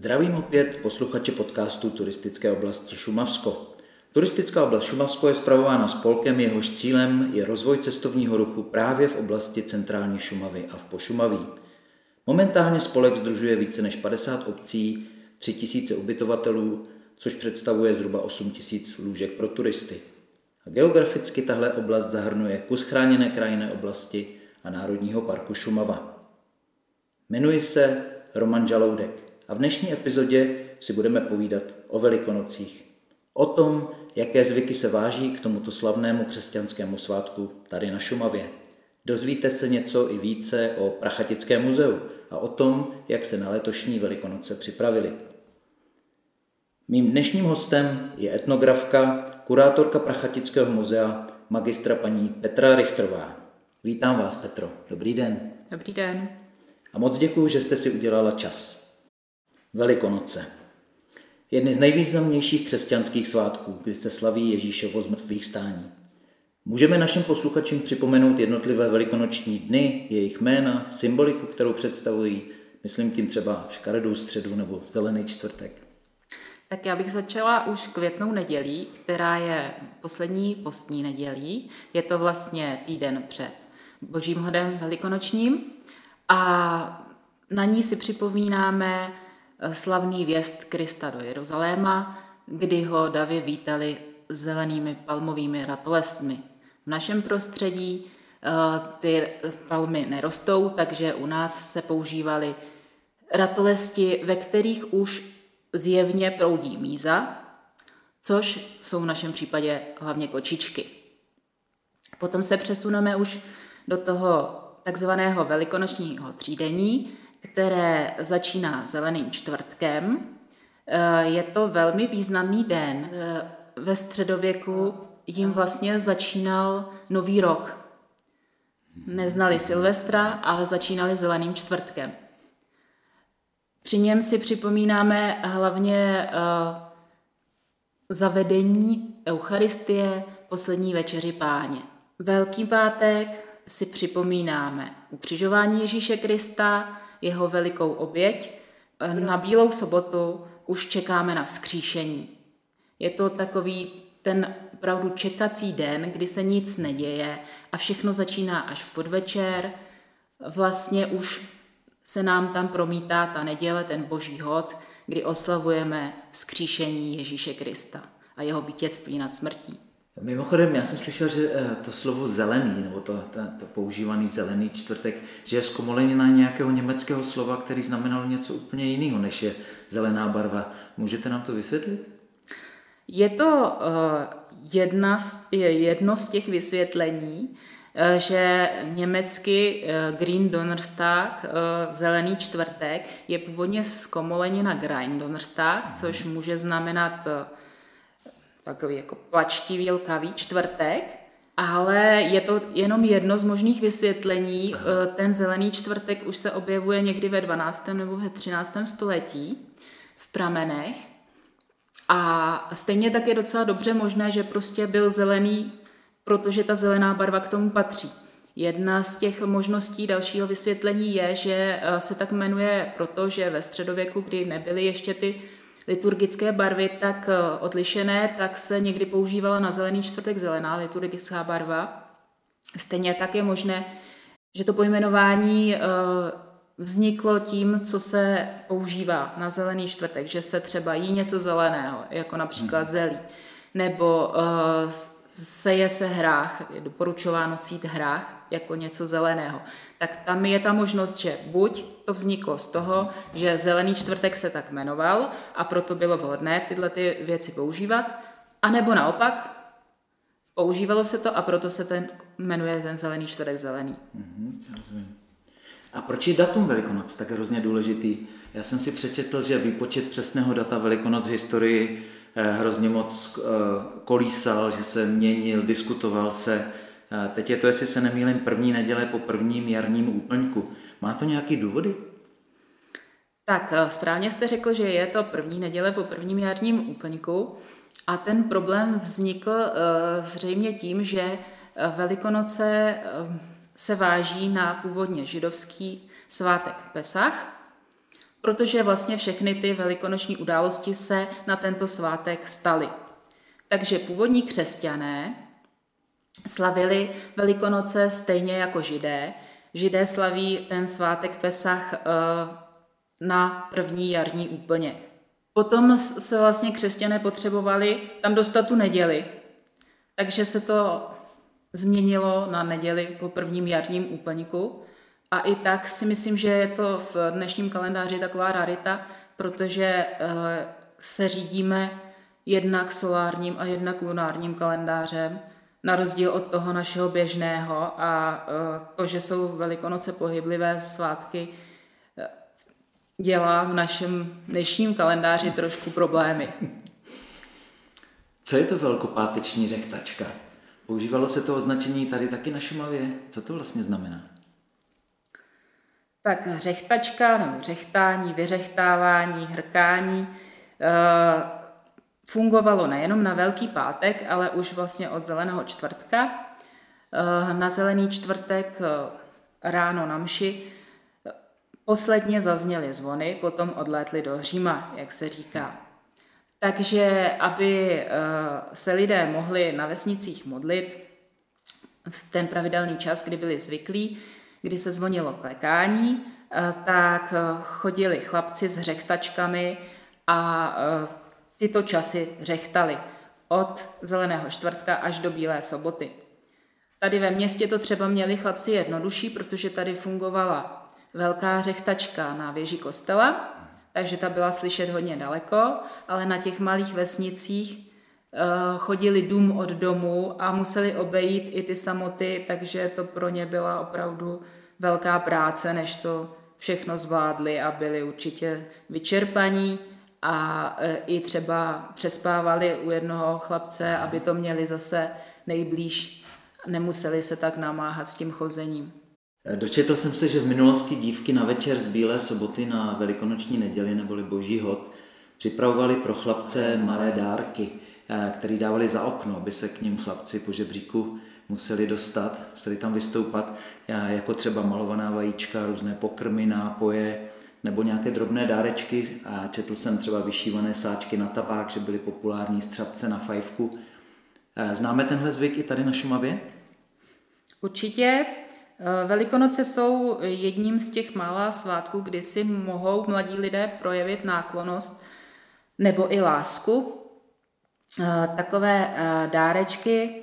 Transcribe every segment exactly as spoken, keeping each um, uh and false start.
Zdravím opět posluchače podcastu Turistické oblasti Šumavsko. Turistická oblast Šumavsko je spravována spolkem, jehož cílem je rozvoj cestovního ruchu právě v oblasti centrální Šumavy a v Pošumaví. Momentálně spolek sdružuje více než padesát obcí, tři tisíce ubytovatelů, což představuje zhruba osm tisíc lůžek pro turisty. A geograficky tahle oblast zahrnuje kus chráněné krajinné oblasti a Národního parku Šumava. Jmenuji se Roman Žaloudek a v dnešní epizodě si budeme povídat o Velikonocích. O tom, jaké zvyky se váží k tomuto slavnému křesťanskému svátku tady na Šumavě. Dozvíte se něco i více o Prachatickém muzeu a o tom, jak se na letošní Velikonoce připravili. Mým dnešním hostem je etnografka, kurátorka Prachatického muzea, magistra paní Petra Richtrová. Vítám vás, Petro. Dobrý den. Dobrý den. A moc děkuji, že jste si udělala čas. Velikonoce. Jedny z nejvýznamnějších křesťanských svátků, kdy se slaví Ježíšovo zmrtvých stání. Můžeme našim posluchačům připomenout jednotlivé velikonoční dny, jejich jména, symboliku, kterou představují, myslím tím třeba škaredou středu nebo zelený čtvrtek. Tak já bych začala už květnou nedělí, která je poslední postní nedělí. Je to vlastně týden před Božím hodem velikonočním a na ní si připomínáme slavný vjezd Krista do Jeruzaléma, kdy ho davy vítali zelenými palmovými ratolestmi. V našem prostředí ty palmy nerostou, takže u nás se používaly ratolesti, ve kterých už zjevně proudí míza, což jsou v našem případě hlavně kočičky. Potom se přesuneme už do toho takzvaného velikonočního třídení, které začíná zeleným čtvrtkem. Je to velmi významný den. Ve středověku jim vlastně začínal nový rok. Neznali Silvestra, ale začínali zeleným čtvrtkem. Při něm si připomínáme hlavně zavedení Eucharistie, poslední večeři Páně. Velký pátek si připomínáme ukřižování Ježíše Krista, jeho velikou oběť. Na Bílou sobotu už čekáme na vzkříšení. Je to takový ten opravdu čekací den, kdy se nic neděje a všechno začíná až v podvečer. Vlastně už se nám tam promítá ta neděle, ten Boží hod, kdy oslavujeme vzkříšení Ježíše Krista a jeho vítězství nad smrtí. Mimochodem, já jsem slyšel, že to slovo zelený, nebo to, to, to používaný zelený čtvrtek, že je zkomolenina nějakého německého slova, který znamenalo něco úplně jiného, než je zelená barva. Můžete nám to vysvětlit? Je to uh, jedna z, je jedno z těch vysvětlení, uh, že německy uh, Green Donnerstag, uh, zelený čtvrtek, je původně zkomolenina Green Donnerstag, což může znamenat uh, takový jako plačtivý, lkavý čtvrtek, ale je to jenom jedno z možných vysvětlení. Aha. Ten zelený čtvrtek už se objevuje někdy ve dvanáctém nebo ve třináctém století v pramenech a stejně tak je docela dobře možné, že prostě byl zelený, protože ta zelená barva k tomu patří. Jedna z těch možností dalšího vysvětlení je, že se tak jmenuje proto, že ve středověku, kdy nebyly ještě ty liturgické barvy tak odlišené, tak se někdy používala na zelený čtvrtek zelená liturgická barva. Stejně tak je možné, že to pojmenování vzniklo tím, co se používá na zelený čtvrtek, že se třeba jí něco zeleného, jako například zelí, nebo seje se hrách, je doporučováno sít hrách jako něco zeleného. Tak tam je ta možnost, že buď to vzniklo z toho, že zelený čtvrtek se tak jmenoval a proto bylo vhodné tyhle ty věci používat, anebo naopak používalo se to a proto se ten jmenuje ten zelený čtvrtek zelený. Mm-hmm, a proč je datum Velikonoc tak hrozně důležitý? Já jsem si přečetl, že výpočet přesného data Velikonoc v historii hrozně moc kolísal, že se měnil, diskutoval se. Teď je to, jestli se nemýlím, první neděle po prvním jarním úplňku. Má to nějaký důvody? Tak správně jste řekl, že je to první neděle po prvním jarním úplňku a ten problém vznikl zřejmě tím, že Velikonoce se váží na původně židovský svátek Pesach, protože vlastně všechny ty velikonoční události se na tento svátek staly. Takže původní křesťané slavili Velikonoce stejně jako Židé. Židé slaví ten svátek Pesach na první jarní úplněk. Potom se vlastně křesťané potřebovali tam dostat tu neděli, takže se to změnilo na neděli po prvním jarním úplňku. A i tak si myslím, že je to v dnešním kalendáři taková rarita, protože se řídíme jednak solárním a jednak lunárním kalendářem, na rozdíl od toho našeho běžného, a to, že jsou Velikonoce pohyblivé svátky, dělá v našem dnešním kalendáři trošku problémy. Co je to velkopáteční řechtačka? Používalo se to označení tady taky na Šumavě? Co to vlastně znamená? Tak řechtačka nebo řechtání, vyřechtávání, hrkání fungovalo nejenom na Velký pátek, ale už vlastně od Zeleného čtvrtka. Na Zelený čtvrtek ráno na mši posledně zazněly zvony, potom odlétly do Říma, jak se říká. Takže aby se lidé mohli na vesnicích modlit v ten pravidelný čas, kdy byli zvyklí, kdy se zvonilo klekání, tak chodili chlapci s řechtačkami a tyto časy řechtali od Zeleného čtvrtka až do Bílé soboty. Tady ve městě to třeba měli chlapci jednodušší, protože tady fungovala velká řechtačka na věži kostela, takže ta byla slyšet hodně daleko, ale na těch malých vesnicích chodili dům od domu a museli obejít i ty samoty, takže to pro ně byla opravdu velká práce, než to všechno zvládli, a byli určitě vyčerpaní a i třeba přespávali u jednoho chlapce, aby to měli zase nejblíž, nemuseli se tak namáhat s tím chozením. Dočetl jsem se, že v minulosti dívky na večer z Bílé soboty na Velikonoční neděli neboli Boží hod připravovali pro chlapce malé dárky, které dávali za okno, aby se k ním chlapci po žebříku museli dostat, museli tam vystoupat, jako třeba malovaná vajíčka, různé pokrmy, nápoje nebo nějaké drobné dárečky. A četl jsem třeba vyšívané sáčky na tabák, že byly populární, střapce na fajfku. Známe tenhle zvyk i tady na Šumavě? Určitě. Velikonoce jsou jedním z těch mála svátků, kdy si mohou mladí lidé projevit náklonnost nebo i lásku. Takové dárečky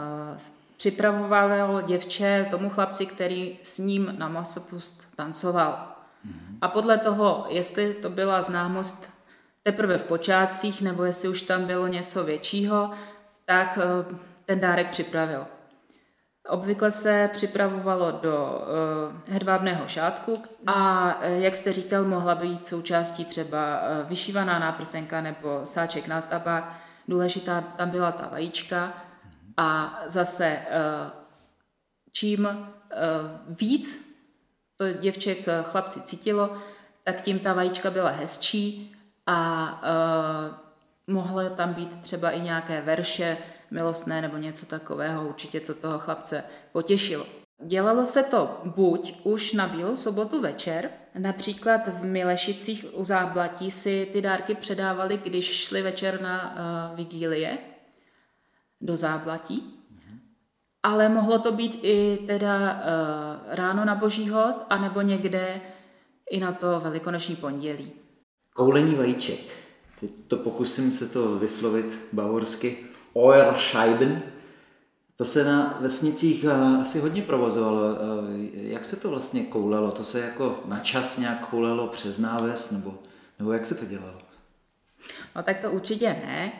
připravovalo děvče tomu chlapci, který s ním na masopust tancoval. A podle toho, jestli to byla známost teprve v počátcích, nebo jestli už tam bylo něco většího, tak ten dárek připravil. Obvykle se připravovalo do uh, hedvábného šátku a, jak jste říkal, mohla být součástí třeba uh, vyšívaná náprsenka nebo sáček na tabák. Důležitá tam byla ta vajíčka a zase uh, čím uh, víc to děvče k chlapci cítilo, tak tím ta vajíčka byla hezčí a uh, mohly tam být třeba i nějaké verše milostné nebo něco takového, určitě to toho chlapce potěšilo. Dělalo se to buď už na Bílou sobotu večer, například v Milešicích u Záblatí si ty dárky předávali, když šli večer na uh, vigílie do Záblatí, ale mohlo to být i teda uh, ráno na Boží hod, anebo někde i na to velikonoční pondělí. Koulení vajíček. Teď to pokusím se to vyslovit bavorsky. Eierscheiben. To se na vesnicích asi hodně provozovalo. Jak se to vlastně koulelo? To se jako na čas nějak koulelo přes náves? Nebo, nebo jak se to dělalo? No tak to určitě ne,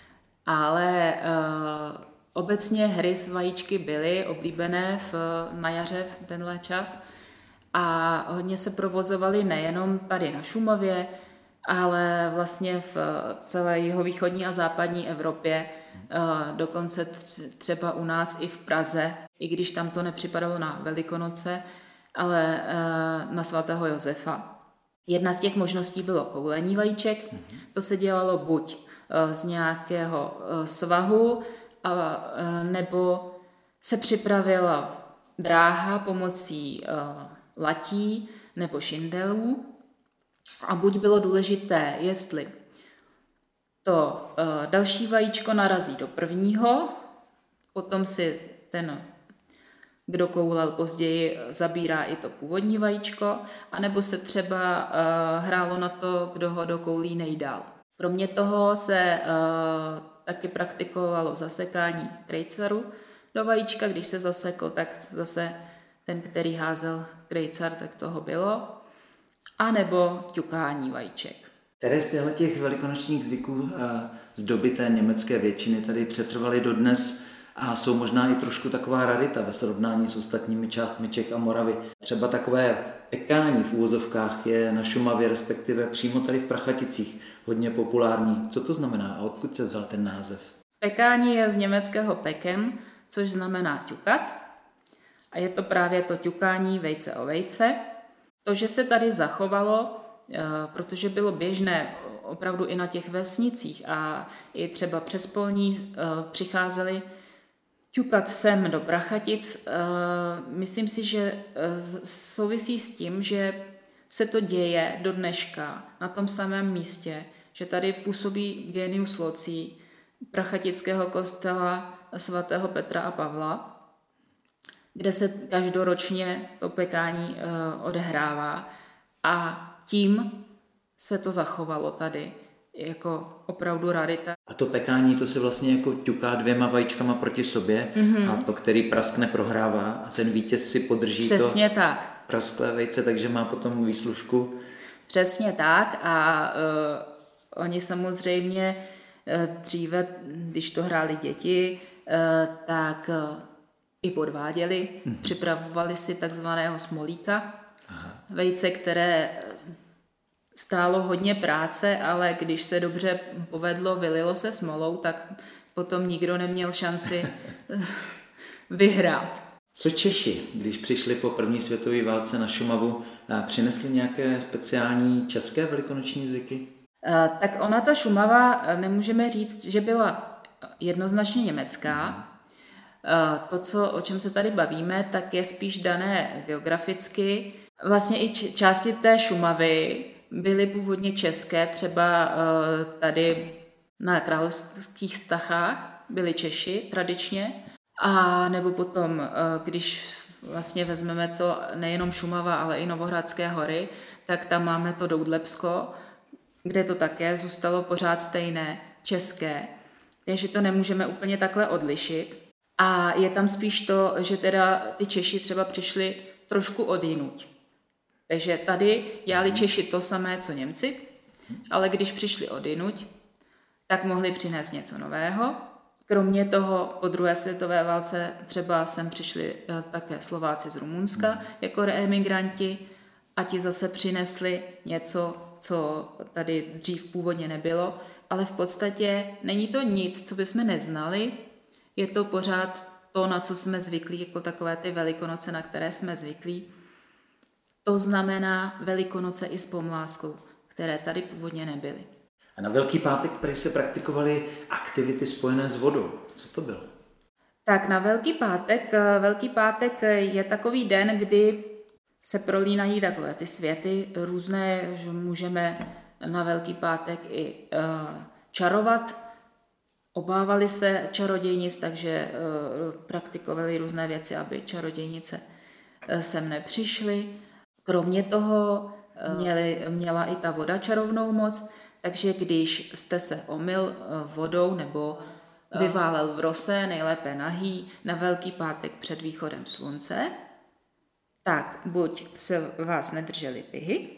ale uh, obecně hry s vajíčky byly oblíbené v, na jaře v tenhle čas a hodně se provozovaly nejenom tady na Šumavě, ale vlastně v celé jihovýchodní a západní Evropě, dokonce třeba u nás i v Praze, i když tam to nepřipadalo na Velikonoce, ale na svatého Josefa. Jedna z těch možností bylo koulení vajíček, to se dělalo buď z nějakého svahu, nebo se připravila dráha pomocí latí nebo šindelů, A buď bylo důležité, jestli to uh, další vajíčko narazí do prvního, potom si ten, kdo koulal později, zabírá i to původní vajíčko, anebo se třeba uh, hrálo na to, kdo ho dokoulí nejdál. Kromě toho se uh, taky praktikovalo zasekání krejcaru do vajíčka. Když se zasekl, tak zase ten, který házel krejcar, tak toho bylo. A nebo ťukání vajíček. Které z těch velikonočních zvyků z doby té německé většiny tady přetrvaly dodnes a jsou možná i trošku taková rarita ve srovnání s ostatními částmi Čech a Moravy. Třeba takové pekání v úvozovkách je na Šumavě, respektive přímo tady v Prachaticích, hodně populární. Co to znamená a odkud se vzal ten název? Pekání je z německého peken, což znamená ťukat. A je to právě to ťukání vejce o vejce. To, že se tady zachovalo, protože bylo běžné opravdu i na těch vesnicích a i třeba přes polní přicházeli ťukat sem do Prachatic, myslím si, že souvisí s tím, že se to děje do dneška na tom samém místě, že tady působí genius loci prachatického kostela svatého Petra a Pavla, kde se každoročně to pekání odehrává a tím se to zachovalo tady jako opravdu rarita. A to pekání, to se vlastně jako ťuká dvěma vajíčkama proti sobě mm-hmm. a to, který praskne, prohrává a ten vítěz si podrží Přesně to tak. prasklé vejce, takže má potom výslužku. Přesně tak a uh, oni samozřejmě uh, dříve, když to hráli děti, uh, tak uh, i podváděli, mm-hmm. připravovali si takzvaného smolíka, Aha. vejce, které stálo hodně práce, ale když se dobře povedlo, vylilo se smolou, tak potom nikdo neměl šanci vyhrát. Co Češi, když přišli po první světové válce na Šumavu, přinesli nějaké speciální české velikonoční zvyky? Tak ona ta Šumava, nemůžeme říct, že byla jednoznačně německá. To, co, o čem se tady bavíme, tak je spíš dané geograficky. Vlastně i části té Šumavy byly původně české, třeba tady na Královských Stachách byli Češi tradičně, a nebo potom, když vlastně vezmeme to nejenom Šumava, ale i Novohradské hory, tak tam máme to Doudlebsko, kde to také zůstalo pořád stejné, české, takže to nemůžeme úplně takhle odlišit. A je tam spíš to, že teda ty Češi třeba přišli trošku odjinuť. Takže tady dělali Češi to samé, co Němci, ale když přišli odjinuť, tak mohli přinést něco nového. Kromě toho po druhé světové válce třeba sem přišli také Slováci z Rumunska jako reemigranti a ti zase přinesli něco, co tady dřív původně nebylo, ale v podstatě není to nic, co bychom neznali, je to pořád to, na co jsme zvyklí, jako takové ty Velikonoce, na které jsme zvyklí. To znamená Velikonoce i s pomláskou, které tady původně nebyly. A na Velký pátek prý se praktikovaly aktivity spojené s vodou. Co to bylo? Tak na Velký pátek, Velký pátek je takový den, kdy se prolínají takové ty světy různé, že můžeme na Velký pátek i uh, čarovat. Obávali se čarodějnic, takže uh, praktikovali různé věci, aby čarodějnice uh, sem nepřišly. Kromě toho uh, měli, měla i ta voda čarovnou moc, takže když jste se omyl uh, vodou nebo vyválel v rose, nejlépe nahý, na Velký pátek před východem slunce, tak buď se vás nedrželi pihy,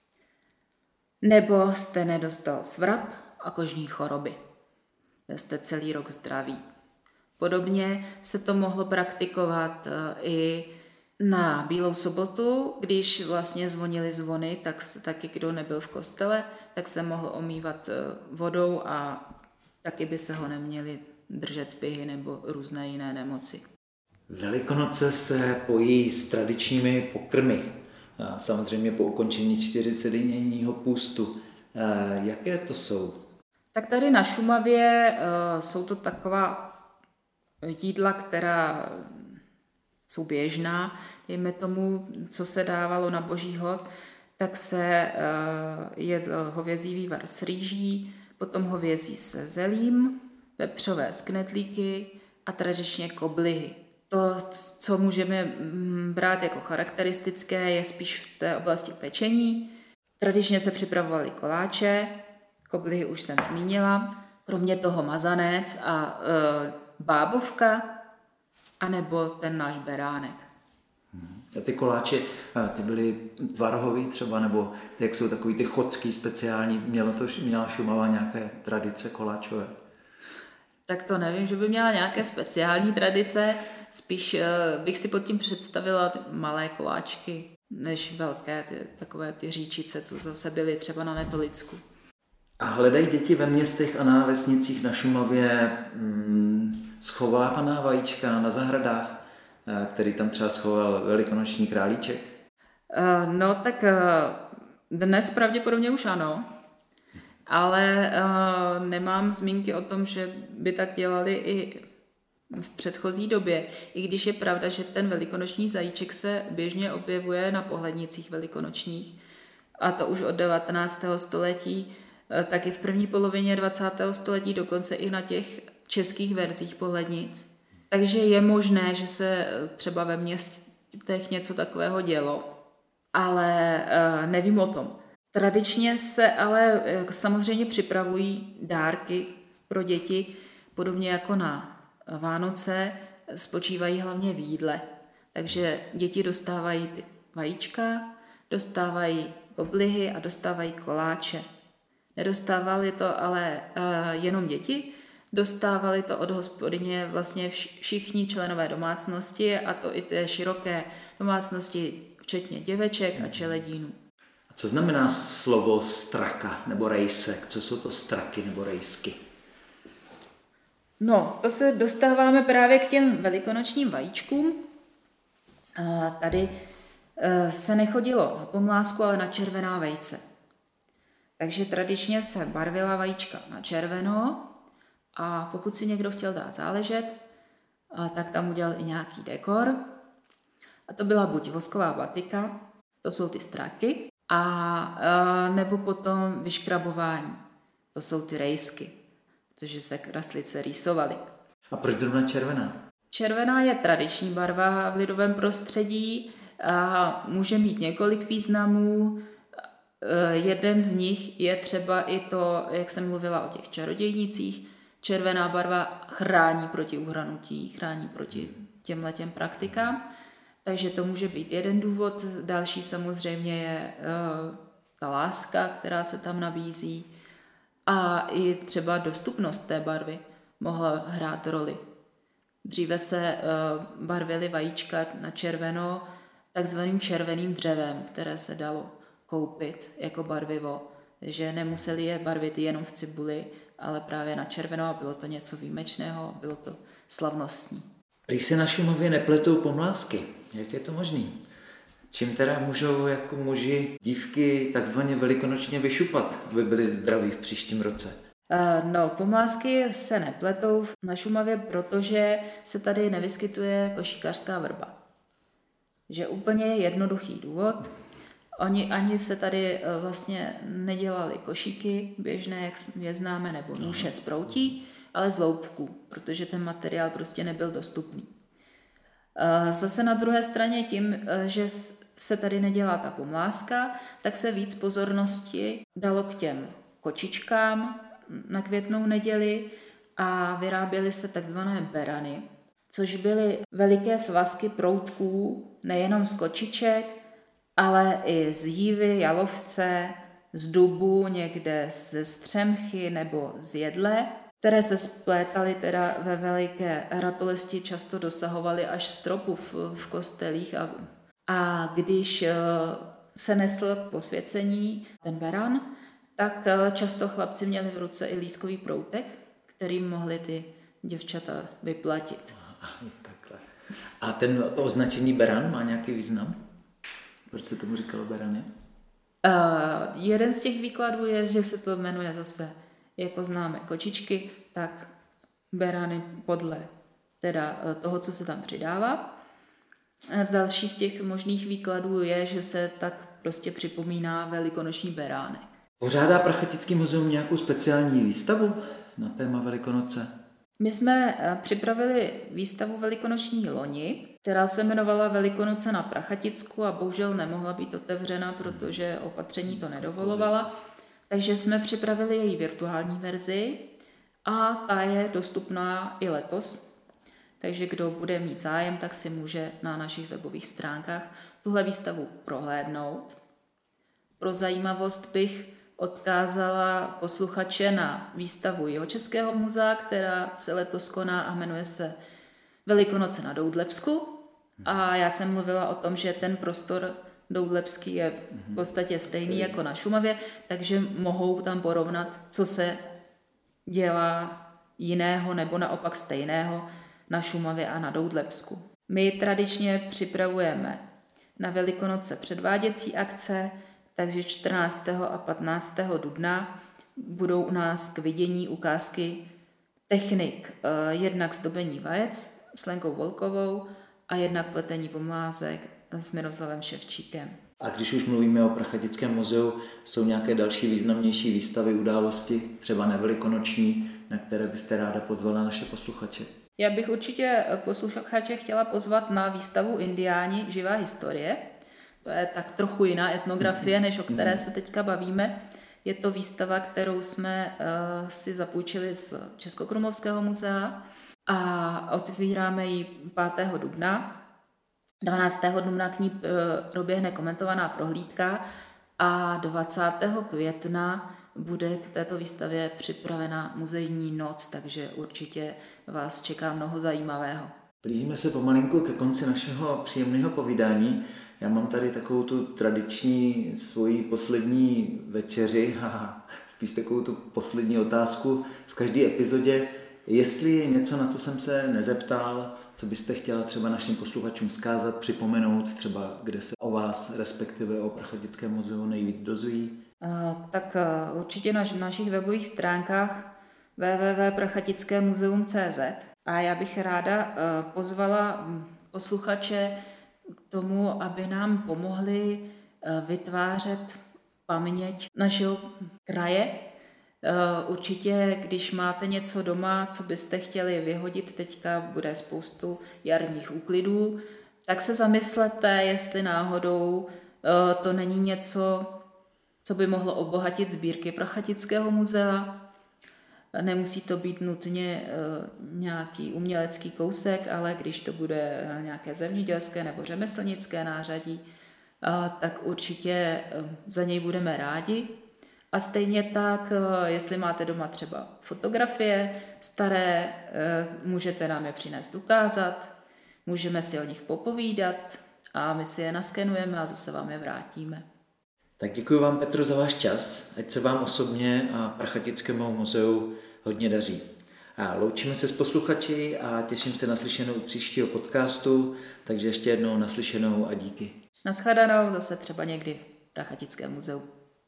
nebo jste nedostal svrap a kožní choroby. Jste celý rok zdraví. Podobně se to mohlo praktikovat i na Bílou sobotu, když vlastně zvonily zvony, tak taky kdo nebyl v kostele, tak se mohl omývat vodou a taky by se ho neměli držet pihy nebo různé jiné nemoci. Velikonoce se pojí s tradičními pokrmy. Samozřejmě po ukončení čtyřicetidenního půstu. Jaké to jsou? Tak tady na Šumavě uh, jsou to taková jídla, která jsou běžná, dejme tomu, co se dávalo na Boží hod, tak se jedl hovězí vývar s rýží, potom hovězí se zelím, vepřové z knedlíky a tradičně koblihy. To, co můžeme brát jako charakteristické, je spíš v té oblasti pečení. Tradičně se připravovaly koláče, koblihy už jsem zmínila, kromě toho mazanec a e, bábovka, anebo ten náš beránek. A ty koláče, ty byly tvarohový třeba, nebo ty, jak jsou takový ty chodský speciální, mělo to, měla Šumava nějaké tradice koláčové? Tak to nevím, že by měla nějaké speciální tradice, spíš uh, bych si pod tím představila ty malé koláčky, než velké, ty, takové ty říčice, co zase byly třeba na Netolicku. A hledají děti ve městech a na vesnicích na Šumavě mm, schovávaná vajíčka na zahradách, který tam třeba schoval velikonoční králíček? Uh, no tak uh, dnes pravděpodobně už ano, ale uh, nemám zmínky o tom, že by tak dělali i v předchozí době. I když je pravda, že ten velikonoční zajíček se běžně objevuje na pohlednicích velikonočních, a to už od devatenáctého století, uh, tak i v první polovině dvacátého století, dokonce i na těch českých verzích pohlednic. Takže je možné, že se třeba ve městech něco takového dělo, ale nevím o tom. Tradičně se ale samozřejmě připravují dárky pro děti, podobně jako na Vánoce, spočívají hlavně v jídle. Takže děti dostávají vajíčka, dostávají koblihy a dostávají koláče. Nedostávali to ale jenom děti, dostávali to od hospodyně vlastně všichni členové domácnosti, a to i té široké domácnosti, včetně děveček a čeledínů. A co znamená slovo straka nebo rejsek? Co jsou to straky nebo rejsky? No, to se dostáváme právě k těm velikonočním vajíčkům. Tady se nechodilo na pomlásku, ale na červená vejce. Takže tradičně se barvila vajíčka na červeno, a pokud si někdo chtěl dát záležet, tak tam udělal i nějaký dekor. A to byla buď vosková batika, to jsou ty straky, a nebo potom vyškrabování, to jsou ty rejsky, protože se kraslice rýsovaly. A proč zrovna červená? Červená je tradiční barva v lidovém prostředí a může mít několik významů. Jeden z nich je třeba i to, jak jsem mluvila o těch čarodějnicích. Červená barva chrání proti uhranutí, chrání proti těmhletěm praktikám, takže to může být jeden důvod. Další samozřejmě je uh, ta láska, která se tam nabízí, a i třeba dostupnost té barvy mohla hrát roli. Dříve se uh, barvily vajíčka na červeno takzvaným červeným dřevem, které se dalo koupit jako barvivo, že nemuseli je barvit jenom v cibuli, ale právě na červeno, a bylo to něco výjimečného, bylo to slavnostní. Když se na Šumavě nepletou pomlásky, jak je to možný? Čím teda můžou jako muži dívky takzvaně velikonočně vyšupat, aby byli zdraví v příštím roce? Uh, no, pomlásky se nepletou na Šumavě, protože se tady nevyskytuje košíkařská vrba. Že úplně jednoduchý důvod. Oni ani se tady vlastně nedělali košíky běžné, jak je známe, nebo nůše z proutí, ale z loupků, protože ten materiál prostě nebyl dostupný. Zase na druhé straně tím, že se tady nedělá ta pomláska, tak se víc pozornosti dalo k těm kočičkám na Květnou neděli a vyráběly se takzvané berany, což byly veliké svazky proutků, nejenom z kočiček, ale i z jívy, jalovce, z dubu, někde ze střemchy nebo z jedle, které se splétaly teda ve veliké ratolesti, často dosahovaly až stropu v, v kostelích. A, a když se nesl k posvěcení ten beran, tak často chlapci měli v ruce i lískový proutek, kterým mohli ty děvčata vyplatit. A ten, to označení beran má nějaký význam? Proč se tomu říkalo berany? Uh, jeden z těch výkladů je, že se to jmenuje zase, jako známe kočičky, tak berany podle teda toho, co se tam přidává. A další z těch možných výkladů je, že se tak prostě připomíná velikonoční beránek. Pořádá Prachatické muzeum nějakou speciální výstavu na téma Velikonoce? My jsme připravili výstavu velikonoční loni, která se jmenovala Velikonoce na Prachaticku a bohužel nemohla být otevřena, protože opatření to nedovolovala. Takže jsme připravili její virtuální verzi a ta je dostupná i letos. Takže kdo bude mít zájem, tak si může na našich webových stránkách tuhle výstavu prohlédnout. Pro zajímavost bych odkázala posluchače na výstavu Jihočeského muzea, která se letos koná a jmenuje se Velikonoce na Doudlebsku. A já jsem mluvila o tom, že ten prostor doudlebský je v podstatě stejný jako na Šumavě, takže mohou tam porovnat, co se dělá jiného nebo naopak stejného na Šumavě a na Doudlebsku. My tradičně připravujeme na Velikonoce předváděcí akce, takže čtrnáctého a patnáctého dubna budou u nás k vidění ukázky technik, jednak zdobení vajec s Lenkou Volkovou a jednak pletení pomlázek s Miroslavem Ševčíkem. A když už mluvíme o Prachatickém muzeu, jsou nějaké další významnější výstavy, události, třeba nevelikonoční, na které byste ráda pozvala naše posluchače? Já bych určitě posluchače chtěla pozvat na výstavu Indiáni živá historie. To je tak trochu jiná etnografie, než o které se teďka bavíme. Je to výstava, kterou jsme uh, si zapůjčili z Českokrumlovského muzea a otvíráme ji pátého dubna. dvanáctého dubna k ní uh, proběhne komentovaná prohlídka a dvacátého května bude k této výstavě připravena muzejní noc, takže určitě vás čeká mnoho zajímavého. Blížíme se pomalinku ke konci našeho příjemného povídání. Já mám tady takovou tu tradiční svoji poslední večeři a spíš takovou tu poslední otázku v každé epizodě. Jestli je něco, na co jsem se nezeptal, co byste chtěla třeba našim posluchačům vzkázat, připomenout, třeba kde se o vás, respektive o Prachatickém muzeu nejvíc dozví? Uh, tak uh, určitě na našich webových stránkách w w w tečka prachatické muzeum tečka c z a já bych ráda uh, pozvala posluchače k tomu, aby nám pomohli uh, vytvářet paměť našeho kraje. Uh, určitě, když máte něco doma, co byste chtěli vyhodit, teďka bude spoustu jarních úklidů, tak se zamyslete, jestli náhodou uh, to není něco, co by mohlo obohatit sbírky Prachatického muzea. Nemusí to být nutně uh, nějaký umělecký kousek, ale když to bude uh, nějaké zemědělské nebo řemeslnické nářadí, uh, tak určitě uh, za něj budeme rádi. A stejně tak, uh, jestli máte doma třeba fotografie staré, uh, můžete nám je přinést ukázat, můžeme si o nich popovídat a my si je naskenujeme a zase vám je vrátíme. Tak děkuji vám, Petro, za váš čas, ať se vám osobně a Prachatickému muzeu hodně daří. A loučíme se s posluchači a těším se na slyšenou u příštího podcastu, takže ještě jednou naslyšenou a díky. Naschledanou zase třeba někdy v Prachatickém muzeu.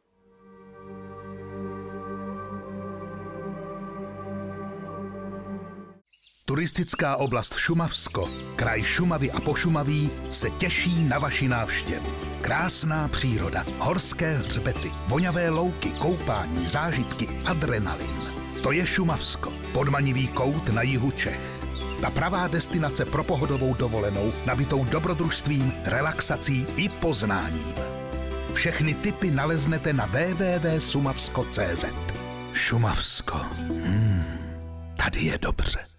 Turistická oblast Šumavsko, kraj Šumavy a Pošumaví se těší na vaši návštěvu. Krásná příroda, horské hřbety, voňavé louky, koupání, zážitky, adrenalin. To je Šumavsko, podmanivý kout na jihu Čech. Ta pravá destinace pro pohodovou dovolenou, nabitou dobrodružstvím, relaxací i poznáním. Všechny tipy naleznete na w w w tečka sumavsko tečka c z. Šumavsko. Hmm, tady je dobře.